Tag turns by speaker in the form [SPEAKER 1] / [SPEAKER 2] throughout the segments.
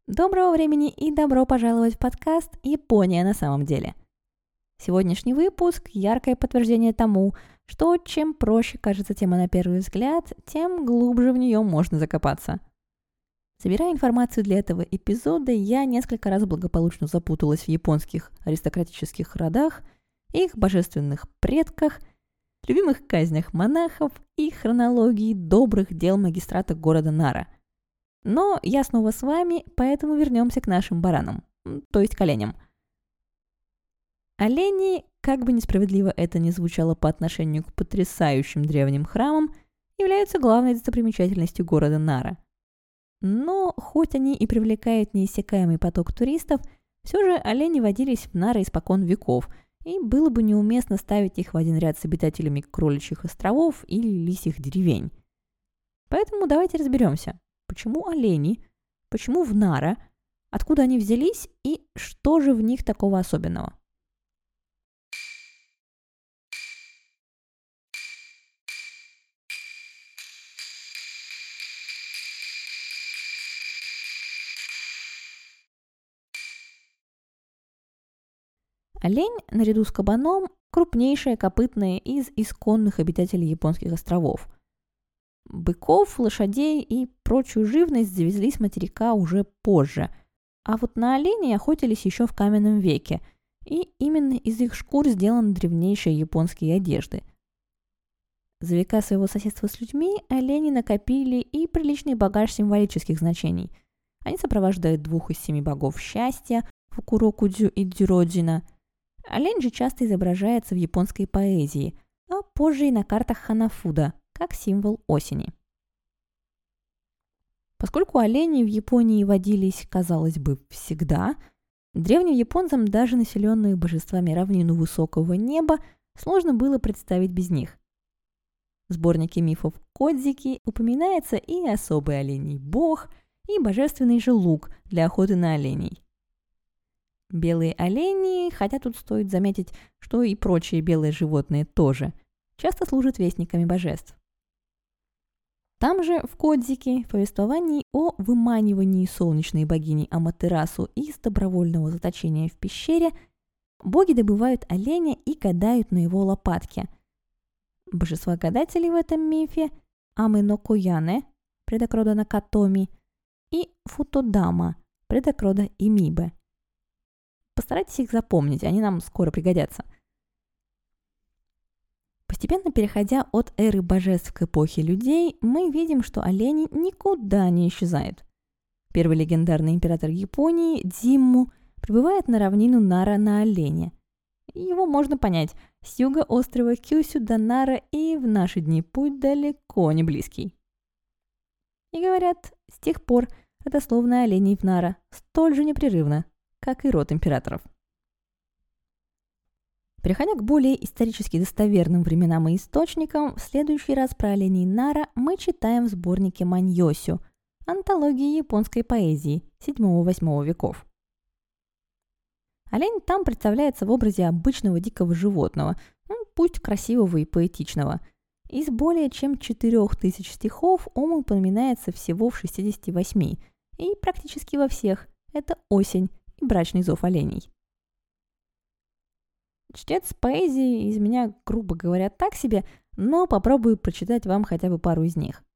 [SPEAKER 1] Доброго времени и добро пожаловать в подкаст «Япония на самом деле». Сегодняшний выпуск – яркое подтверждение тому, что чем проще кажется тема на первый взгляд, тем глубже в нее можно закопаться. Собирая информацию для этого эпизода, я несколько раз благополучно запуталась в японских аристократических родах, их божественных предках, любимых казнях монахов и хронологии добрых дел магистрата города Нара. Но я снова с вами, поэтому вернемся к нашим баранам, то есть к оленям. Олени, как бы несправедливо это ни звучало по отношению к потрясающим древним храмам, являются главной достопримечательностью города Нара. Но хоть они и привлекают неиссякаемый поток туристов, все же олени водились в Наре испокон веков, и было бы неуместно ставить их в один ряд с обитателями кроличьих островов или лисьих деревень. Поэтому давайте разберемся. Почему олени? Почему в Нара? Откуда они взялись и что же в них такого особенного? Олень, наряду с кабаном, крупнейшая копытная из исконных обитателей японских островов. Быков, лошадей и прочую живность завезли с материка уже позже, а вот на оленей охотились еще в каменном веке, и именно из их шкур сделаны древнейшие японские одежды. За века своего соседства с людьми олени накопили и приличный багаж символических значений. Они сопровождают 2 из 7 богов счастья – Фукурокудзю и Дзюроджина. Олень же часто изображается в японской поэзии, а позже и на картах Ханафуда – как символ осени. Поскольку олени в Японии водились, казалось бы, всегда, древним японцам даже населенную божествами равнину высокого неба сложно было представить без них. В сборнике мифов Кодзики упоминается и особый оленей бог, и божественный же лук для охоты на оленей. Белые олени, хотя тут стоит заметить, что и прочие белые животные тоже, часто служат вестниками божеств. Там же, в Кодзике, в повествовании о выманивании солнечной богини Аматерасу из добровольного заточения в пещере, боги добывают оленя и гадают на его лопатке. Божества-гадатели в этом мифе – Аме-но-Кояне, предок рода Накатоми, и Футодама, предок рода Имибе. Постарайтесь их запомнить, они нам скоро пригодятся. Постепенно переходя от эры божеств к эпохе людей, мы видим, что олени никуда не исчезают. Первый легендарный император Японии, Дзимму, прибывает на равнину Нара на олене. Его можно понять, с юга острова Кюсю до Нара и в наши дни путь далеко не близкий. И говорят, с тех пор родословная оленей в Нара столь же непрерывна, как и род императоров. Переходя к более исторически достоверным временам и источникам, в следующий раз про оленей Нара мы читаем в сборнике Маньёсю, антологии японской поэзии 7-8 веков. Олень там представляется в образе обычного дикого животного, пусть красивого и поэтичного. Из более чем 4000 стихов он упоминается всего в 68, и практически во всех – это осень и брачный зов оленей. Чтец поэзии из меня, грубо говоря, так себе, но попробую прочитать вам хотя бы пару из них.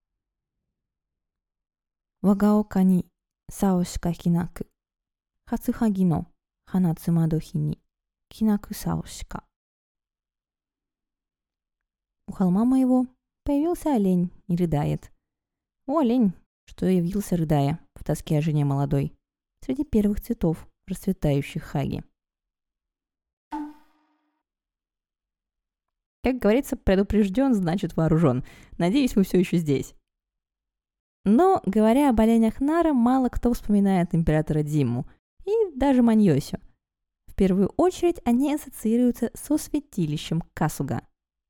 [SPEAKER 1] Вагаока ни сао шика хинаку, хацухаги но ханацумадохи ни кинаку сао шика. У холма моего появился олень и рыдает. О, олень, что явился рыдая в тоске о жене молодой, среди первых цветов, расцветающих хаги. Как говорится, предупрежден, значит вооружен. Надеюсь, вы все еще здесь. Но, говоря об оленях Нара, мало кто вспоминает императора Дзимму и даже Маньёсю. В первую очередь они ассоциируются со святилищем Касуга.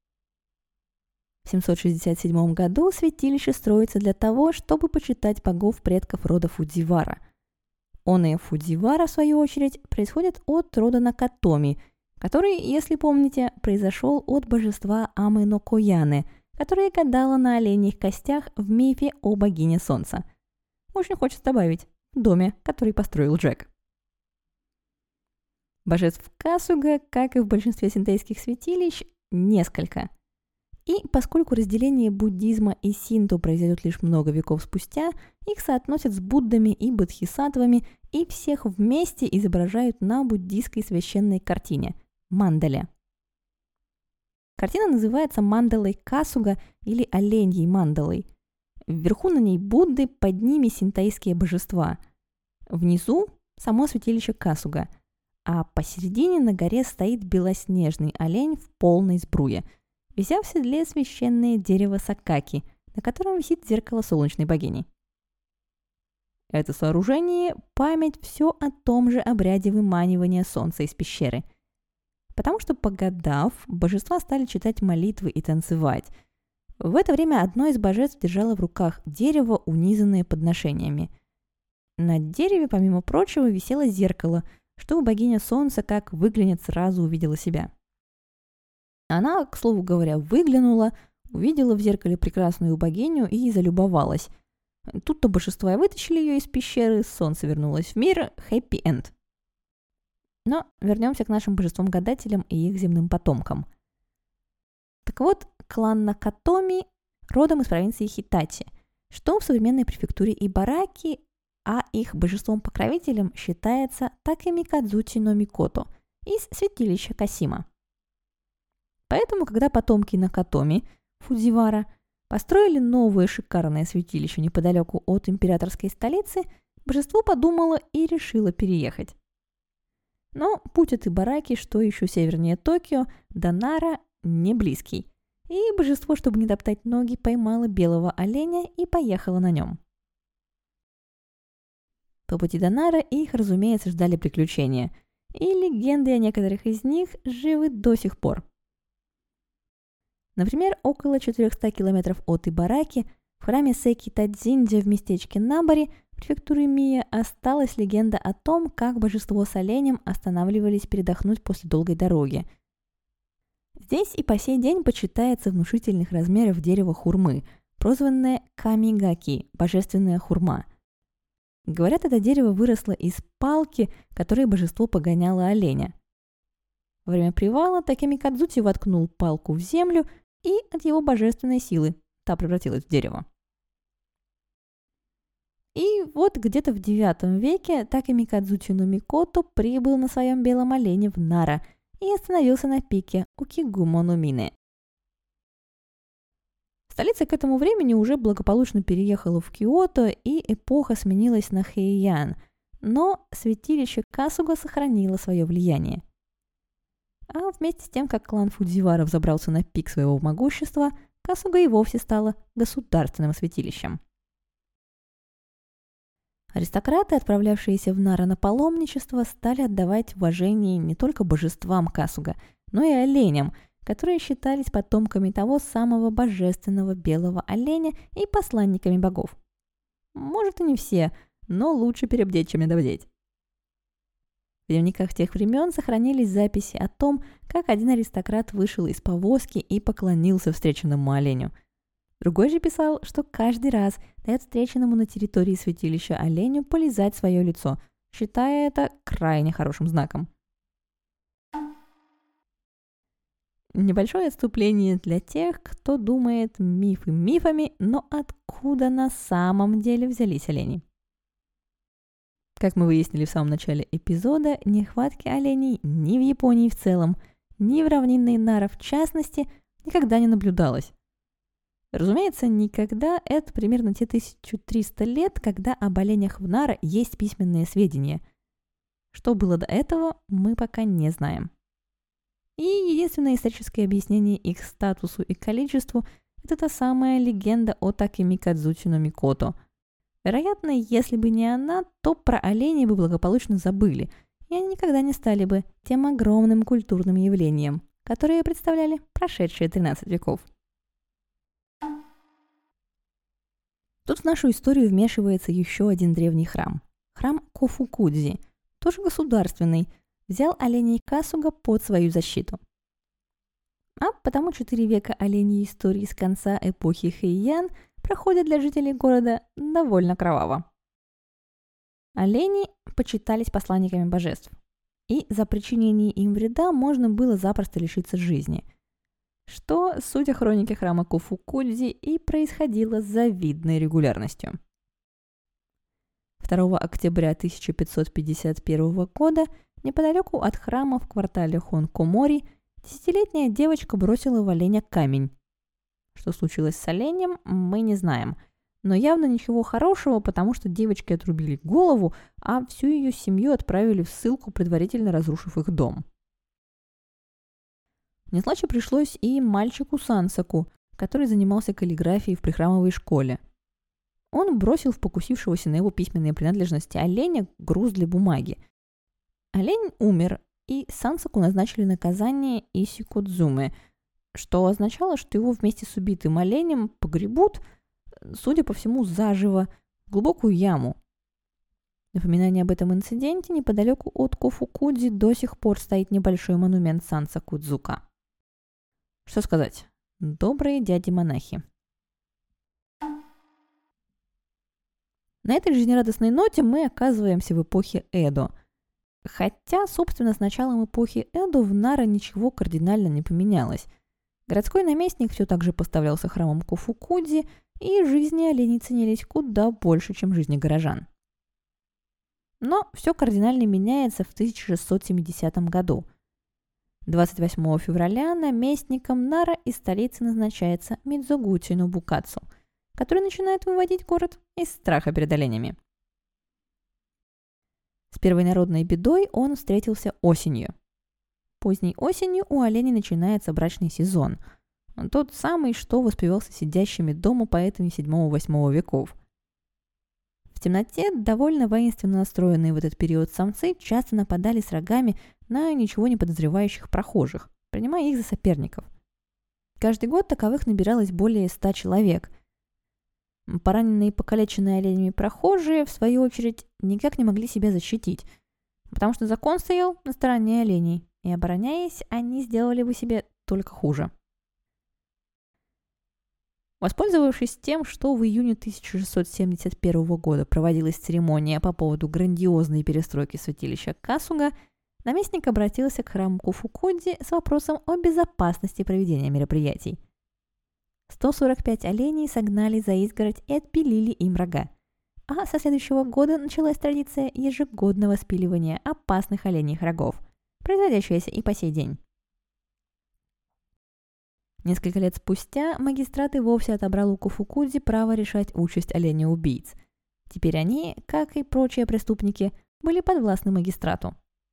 [SPEAKER 1] В 767 году святилище строится для того, чтобы почитать богов предков рода Фудзивара. Оное Фудзивара, в свою очередь, происходит от рода Накатоми, который, если помните, произошел от божества Аме-но-Кояне, которая гадала на оленьих костях в мифе о богине солнца. Очень хочется добавить, доме, который построил Джек. Божеств Касуга, как и в большинстве синтоийских святилищ, несколько. И поскольку разделение буддизма и синто произойдет лишь много веков спустя, их соотносят с Буддами и бодхисаттвами и всех вместе изображают на буддийской священной картине – мандале. Картина называется мандалой Касуга или оленьей мандалой. Вверху на ней Будды, под ними синтоийские божества. Внизу – само святилище Касуга, а посередине на горе стоит белоснежный олень в полной сбруе, вися в седле священное дерево сакаки, на котором висит зеркало солнечной богини. Это сооружение – память все о том же обряде выманивания солнца из пещеры. Потому что, погадав, божества стали читать молитвы и танцевать. В это время одно из божеств держало в руках дерево, унизанное подношениями. На дереве, помимо прочего, висело зеркало, чтобы богиня солнца, как выглянет, сразу увидела себя. Она, к слову говоря, выглянула, увидела в зеркале прекрасную богиню и залюбовалась. Тут-то божества и вытащили ее из пещеры, солнце вернулось в мир, хэппи-энд. Но вернемся к нашим божествам-гадателям и их земным потомкам. Так вот, клан Накатоми родом из провинции Хитачи, что в современной префектуре Ибараки, а их божеством-покровителем считается Такеми Кадзучи но Микото из святилища Касима. Поэтому, когда потомки Накатоми, Фудзивара, построили новое шикарное святилище неподалеку от императорской столицы, божество подумало и решило переехать. Но путь от Ибараки, что еще севернее Токио, до Нара не близкий, и божество, чтобы не топтать ноги, поймало белого оленя и поехало на нем. По пути до Нара их, разумеется, ждали приключения, и легенды о некоторых из них живы до сих пор. Например, около 400 километров от Ибараки, в храме Сэки-Тадзиндзя в местечке Набари, префектуры Мия, осталась легенда о том, как божество с оленем останавливались передохнуть после долгой дороги. Здесь и по сей день почитается внушительных размеров дерево хурмы, прозванное Камигаки – божественная хурма. Говорят, это дерево выросло из палки, которой божество погоняло оленя. Во время привала Такеми Кадзучи воткнул палку в землю, и от его божественной силы та превратилась в дерево. И вот где-то в IX веке Такеми Кадзучи но Микото прибыл на своем белом олене в Нара и остановился на пике Укигумо-но-Мине. Столица к этому времени уже благополучно переехала в Киото, и эпоха сменилась на Хэйян, но святилище Касуга сохранило свое влияние. А вместе с тем, как клан Фудзивара взобрался на пик своего могущества, Касуга и вовсе стала государственным святилищем. Аристократы, отправлявшиеся в Нара на паломничество, стали отдавать уважение не только божествам Касуга, но и оленям, которые считались потомками того самого божественного белого оленя и посланниками богов. Может, и не все, но лучше перебдеть, чем недобдеть. В дневниках тех времен сохранились записи о том, как один аристократ вышел из повозки и поклонился встреченному оленю. Другой же писал, что каждый раз дает встреченному на территории святилища оленю полизать свое лицо, считая это крайне хорошим знаком. Небольшое отступление для тех, кто думает мифы мифами, но откуда на самом деле взялись олени. Как мы выяснили в самом начале эпизода, нехватки оленей ни в Японии в целом, ни в равнинной Нара в частности никогда не наблюдалось. Разумеется, никогда — это примерно те 1300 лет, когда об оленях в Нара есть письменные сведения. Что было до этого, мы пока не знаем. И единственное историческое объяснение их статусу и количеству – это та самая легенда о Такеми Кадзучи но Микото. Вероятно, если бы не она, то про оленей бы благополучно забыли, и они никогда не стали бы тем огромным культурным явлением, которое представляли прошедшие 13 веков. Тут в нашу историю вмешивается еще один древний храм. Храм Кофукудзи, тоже государственный, взял оленей Касуга под свою защиту. А потому 4 века оленьей истории с конца эпохи Хэйян проходят для жителей города довольно кроваво. Олени почитались посланниками божеств, и за причинение им вреда можно было запросто лишиться жизни, что, судя хроники храма Кофукудзи, и происходило с завидной регулярностью. 2 октября 1551 года неподалеку от храма в квартале Хонкомори 10-летняя девочка бросила в оленя камень. Что случилось с оленем, мы не знаем, но явно ничего хорошего, потому что девочке отрубили голову, а всю ее семью отправили в ссылку, предварительно разрушив их дом. Незлаче пришлось и мальчику Сансаку, который занимался каллиграфией в прихрамовой школе. Он бросил в покусившегося на его письменные принадлежности оленя груз для бумаги. Олень умер, и Сансаку назначили наказание исикодзуме, что означало, что его вместе с убитым оленем погребут, судя по всему, заживо, в глубокую яму. Напоминание об этом инциденте неподалеку от Кофукудзи до сих пор стоит небольшой монумент Сансаку-дзука. Что сказать? Добрые дяди-монахи. На этой жизнерадостной ноте мы оказываемся в эпохе Эдо. Хотя, собственно, с началом эпохи Эдо в Нара ничего кардинально не поменялось. Городской наместник все так же поставлялся храмом Кофукудзи, и жизни оленей ценились куда больше, чем жизни горожан. Но все кардинально меняется в 1670 году. 28 февраля наместником Нара из столицы назначается Мидзугути Нобукацу, который начинает выводить город из страха перед оленями. С первой народной бедой он встретился осенью. Поздней осенью у оленей начинается брачный сезон. Тот самый, что воспевался сидящими дома поэтами 7-8 веков. В темноте довольно воинственно настроенные в этот период самцы часто нападали с рогами на ничего не подозревающих прохожих, принимая их за соперников. Каждый год таковых набиралось более 100 человек. Пораненные и покалеченные оленями прохожие, в свою очередь, никак не могли себя защитить, потому что закон стоял на стороне оленей, и, обороняясь, они сделали бы себе только хуже. Воспользовавшись тем, что в июне 1671 года проводилась церемония по поводу грандиозной перестройки святилища Касуга, наместник обратился к храму Кофукудзи с вопросом о безопасности проведения мероприятий. 145 оленей согнали за изгородь и отпилили им рога. А со следующего года началась традиция ежегодного спиливания опасных оленьих рогов, производящаяся и по сей день. Несколько лет спустя магистрат и вовсе отобрал у Кофукудзи право решать участь оленя-убийц. Теперь они, как и прочие преступники, были подвластны магистрату.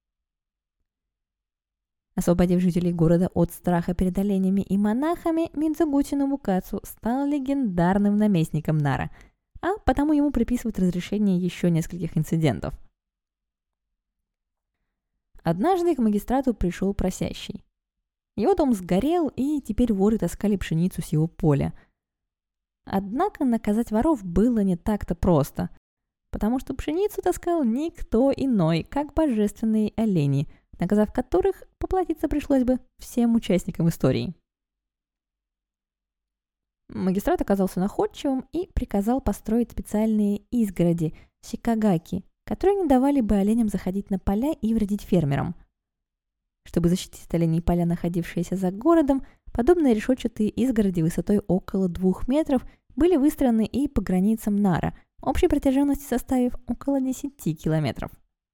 [SPEAKER 1] Освободив жителей города от страха перед оленями и монахами, Мидзугути Нобукацу стал легендарным наместником Нара, а потому ему приписывают разрешение еще нескольких инцидентов. Однажды к магистрату пришел просящий. Его дом сгорел, и теперь воры таскали пшеницу с его поля. Однако наказать воров было не так-то просто, потому что пшеницу таскал никто иной, как божественные олени, наказав которых поплатиться пришлось бы всем участникам истории. Магистрат оказался находчивым и приказал построить специальные изгороди – сикагаки, которые не давали бы оленям заходить на поля и вредить фермерам. Чтобы защитить от оленей поля, находившиеся за городом, подобные решетчатые изгороди высотой около 2 метров были выстроены и по границам Нара, общей протяженностью составив около 10 километров.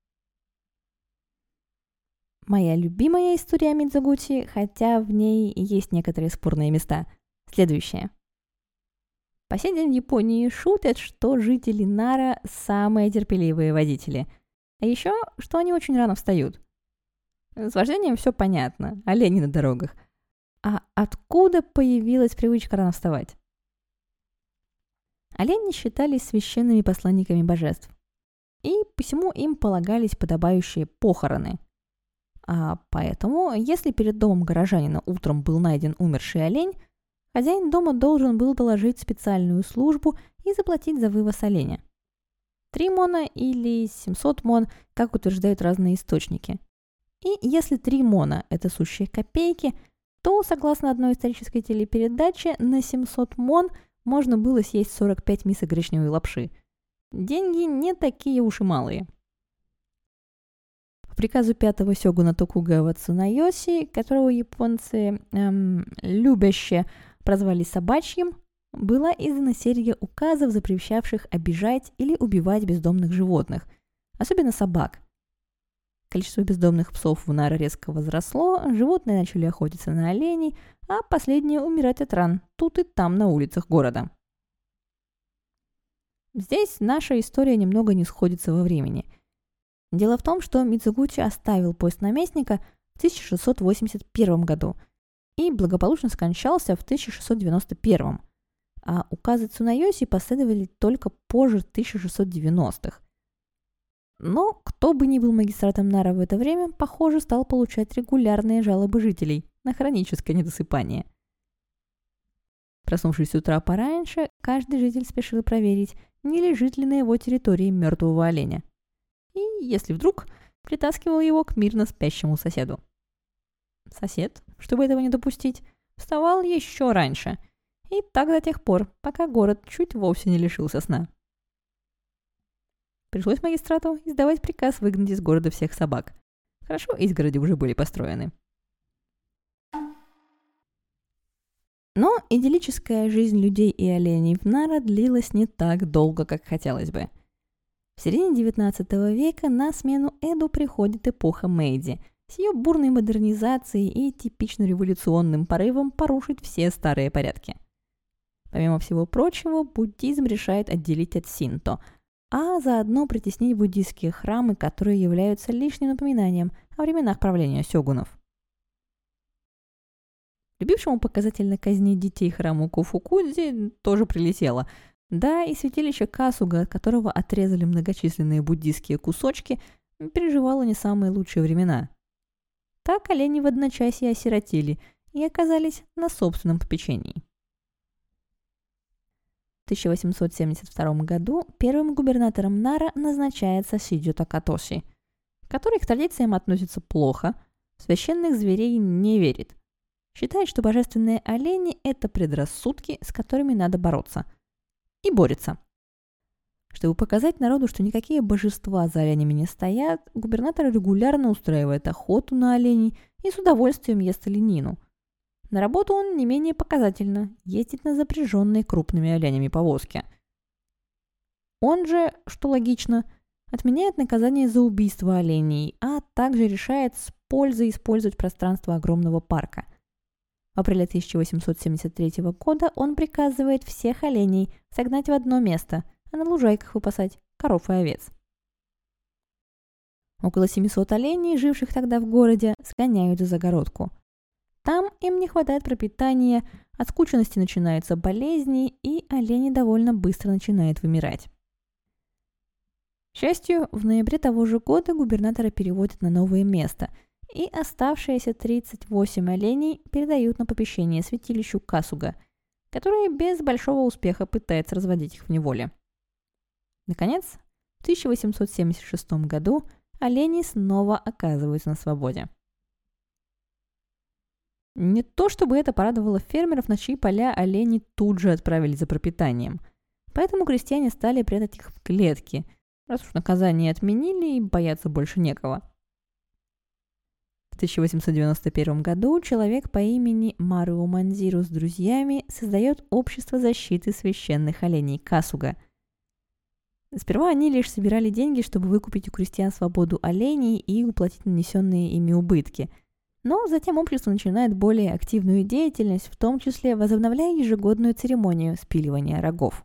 [SPEAKER 1] Моя любимая история о Мидзугути, хотя в ней есть некоторые спорные места, следующая. По сей день в Японии шутят, что жители Нара самые терпеливые водители, а еще, что они очень рано встают. С вождением все понятно, олени на дорогах. А откуда появилась привычка рано вставать? Олени считались священными посланниками божеств, и посему им полагались подобающие похороны. А поэтому, если перед домом горожанина утром был найден умерший олень, хозяин дома должен был доложить специальную службу и заплатить за вывоз оленя. 3 мона или 700 мон, как утверждают разные источники. И если 3 мона – это сущие копейки, то, согласно одной исторической телепередаче, на 700 мон можно было съесть 45 мисок гречневой лапши. деньги не такие уж и малые. По приказу пятого сёгуна Токугава Цунайоси, которого японцы любяще прозвали собачьим, была издана серия указов, запрещавших обижать или убивать бездомных животных, особенно собак. Количество бездомных псов в Наре резко возросло, животные начали охотиться на оленей, а последние умирать от ран тут и там на улицах города. Здесь наша история немного не сходится во времени. Дело в том, что Мидзугути оставил пост наместника в 1681 году и благополучно скончался в 1691, а указы Цунайоси последовали только позже 1690-х. Но кто бы ни был магистратом Нара в это время, похоже, стал получать регулярные жалобы жителей на хроническое недосыпание. Проснувшись с утра пораньше, каждый житель спешил проверить, не лежит ли на его территории мертвого оленя. И, если вдруг, притаскивал его к мирно спящему соседу. Сосед, чтобы этого не допустить, вставал еще раньше, и так до тех пор, пока город чуть вовсе не лишился сна. Пришлось магистрату издавать приказ выгнать из города всех собак. Хорошо, изгороди уже были построены. Но идиллическая жизнь людей и оленей в Нара длилась не так долго, как хотелось бы. В середине XIX века на смену Эду приходит эпоха Мэйдзи с ее бурной модернизацией и типично революционным порывом порушить все старые порядки. Помимо всего прочего, буддизм решает отделить от синто, а заодно притеснить буддийские храмы, которые являются лишним напоминанием о временах правления сёгунов. Любившему показательно казнить детей храму Кофукудзи тоже прилетело. Да, и святилище Касуга, от которого отрезали многочисленные буддийские кусочки, переживало не самые лучшие времена. Так олени в одночасье осиротели и оказались на собственном попечении. В 1872 году первым губернатором Нара назначается Сидзю Такатоши, который к традициям относится плохо, в священных зверей не верит. Считает, что божественные олени – это предрассудки, с которыми надо бороться. И борется. Чтобы показать народу, что никакие божества за оленями не стоят, губернатор регулярно устраивает охоту на оленей и с удовольствием ест оленину. На работу он не менее показательно ездит на запряженной крупными оленями повозке. Он же, что логично, отменяет наказание за убийство оленей, а также решает с пользой использовать пространство огромного парка. В апреле 1873 года он приказывает всех оленей согнать в одно место, а на лужайках выпасать коров и овец. Около 700 оленей, живших тогда в городе, сгоняют за загородку. Там им не хватает пропитания, от скученности начинаются болезни, и олени довольно быстро начинают вымирать. К счастью, в ноябре того же года губернатора переводят на новое место, и оставшиеся 38 оленей передают на попечение святилищу Касуга, которое без большого успеха пытается разводить их в неволе. Наконец, в 1876 году олени снова оказываются на свободе. Не то чтобы это порадовало фермеров, на чьи поля олени тут же отправили за пропитанием. Поэтому крестьяне стали прятать их в клетки, раз уж наказание отменили и бояться больше некого. В 1891 году человек по имени Маруо Манзиру с друзьями создает общество защиты священных оленей Касуга. Сперва они лишь собирали деньги, чтобы выкупить у крестьян свободу оленей и уплатить нанесенные ими убытки. Но затем общество начинает более активную деятельность, в том числе возобновляя ежегодную церемонию спиливания рогов.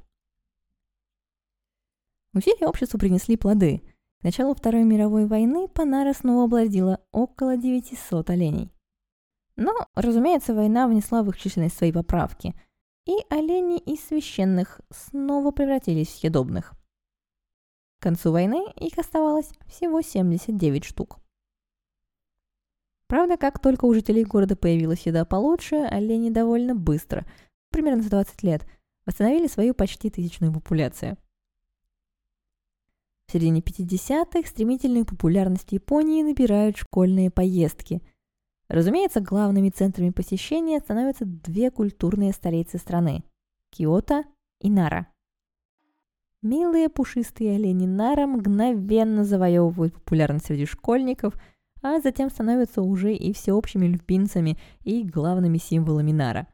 [SPEAKER 1] Усилия общества принесли плоды. К началу Второй мировой войны Панара снова обладала около 900 оленей. Но, разумеется, война внесла в их численность свои поправки, и олени из священных снова превратились в съедобных. К концу войны их оставалось всего 79 штук. Правда, как только у жителей города появилась еда получше, олени довольно быстро, примерно за 20 лет, восстановили свою почти тысячную популяцию. В середине 50-х стремительную популярность в Японии набирают школьные поездки. Разумеется, главными центрами посещения становятся две культурные столицы страны – Киото и Нара. милые пушистые олени Нара мгновенно завоевывают популярность среди школьников, а затем становятся уже и всеобщими любимцами и главными символами Нара.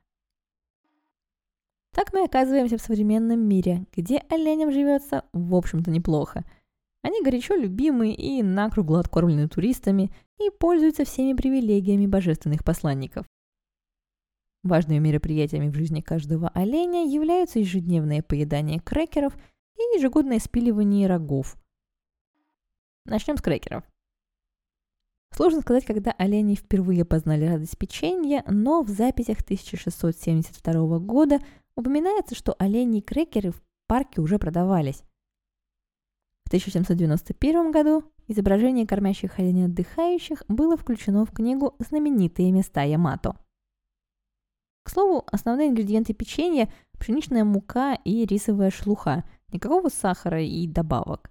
[SPEAKER 1] Так мы оказываемся в современном мире, где оленям живется, в общем-то, неплохо. Они горячо любимы и накругло откормлены туристами и пользуются всеми привилегиями божественных посланников. Важными мероприятиями в жизни каждого оленя являются ежедневное поедание крекеров и ежегодное спиливание рогов. Начнем с крекеров. Сложно сказать, когда олени впервые познали радость печенья, но в записях 1672 года упоминается, что оленьи крекеры в парке уже продавались. В 1791 году изображение кормящих оленей отдыхающих было включено в книгу «Знаменитые места Ямато». К слову, основные ингредиенты печенья – пшеничная мука и рисовая шелуха, никакого сахара и добавок.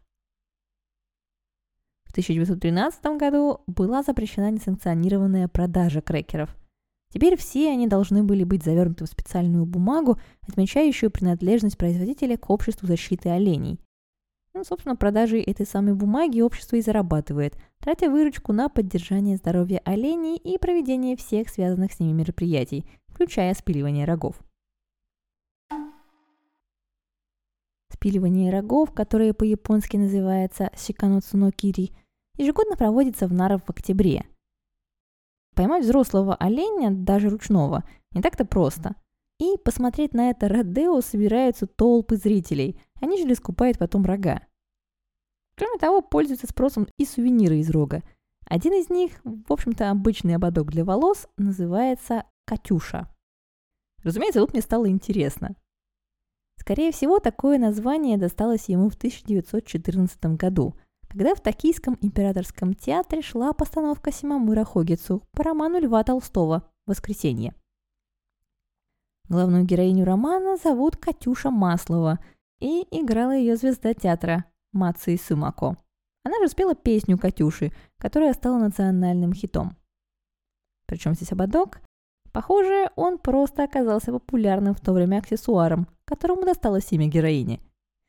[SPEAKER 1] В 1913 году была запрещена несанкционированная продажа крекеров. Теперь все они должны были быть завернуты в специальную бумагу, отмечающую принадлежность производителя к обществу защиты оленей. Собственно, продажей этой самой бумаги общество и зарабатывает, тратя выручку на поддержание здоровья оленей и проведение всех связанных с ними мероприятий, включая спиливание рогов. Спиливание рогов, которое по-японски называется сиканоцу но кири, ежегодно проводится в Наро в октябре. Поймать взрослого оленя, даже ручного, не так-то просто. И посмотреть на это родео собираются толпы зрителей, они же раскупают потом рога. Кроме того, пользуются спросом и сувениры из рога. Один из них, в общем-то обычный ободок для волос, называется «Катюша». Разумеется, тут мне стало интересно. Скорее всего, такое название досталось ему в 1914 году, когда в Токийском императорском театре шла постановка Симамура Хогицу по роману Льва Толстого «Воскресенье». Главную героиню романа зовут Катюша Маслова, и играла ее звезда театра Мацуи Сумако. Она же спела песню Катюши, которая стала национальным хитом. Причем здесь ободок? Похоже, он просто оказался популярным в то время аксессуаром, которому досталось имя героини.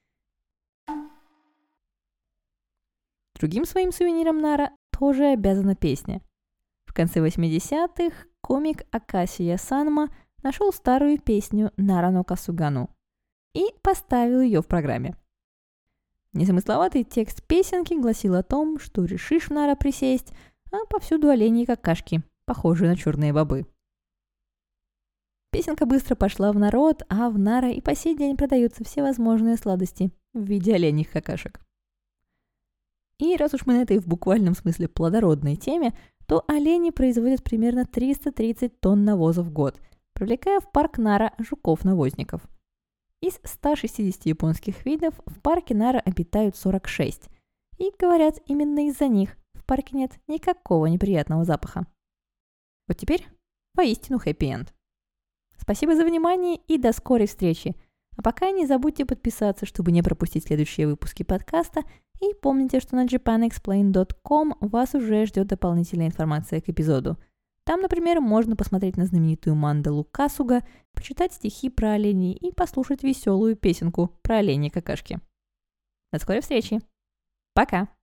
[SPEAKER 1] Другим своим сувениром Нара тоже обязана песня. В конце 80-х комик Акасия Санма нашел старую песню «Нара но Касугану» и поставил ее в программе. Незамысловатый текст песенки гласил о том, что решишь в Нара присесть, а повсюду оленьи какашки, похожие на черные бобы. Песенка быстро пошла в народ, а в Нара и по сей день продаются всевозможные сладости в виде оленьих какашек. И раз уж мы на этой в буквальном смысле плодородной теме, то олени производят примерно 330 тонн навоза в год, привлекая в парк Нара жуков-навозников. Из 160 японских видов в парке Нара обитают 46. И, говорят, именно из-за них в парке нет никакого неприятного запаха. Вот теперь воистину хэппи-энд. Спасибо за внимание и до скорой встречи. А пока не забудьте подписаться, чтобы не пропустить следующие выпуски подкаста. И помните, что на japanexplain.com вас уже ждет дополнительная информация к эпизоду. Там, например, можно посмотреть на знаменитую мандалу Касуга, почитать стихи про оленей и послушать веселую песенку про оленьи какашки. До скорой встречи. Пока!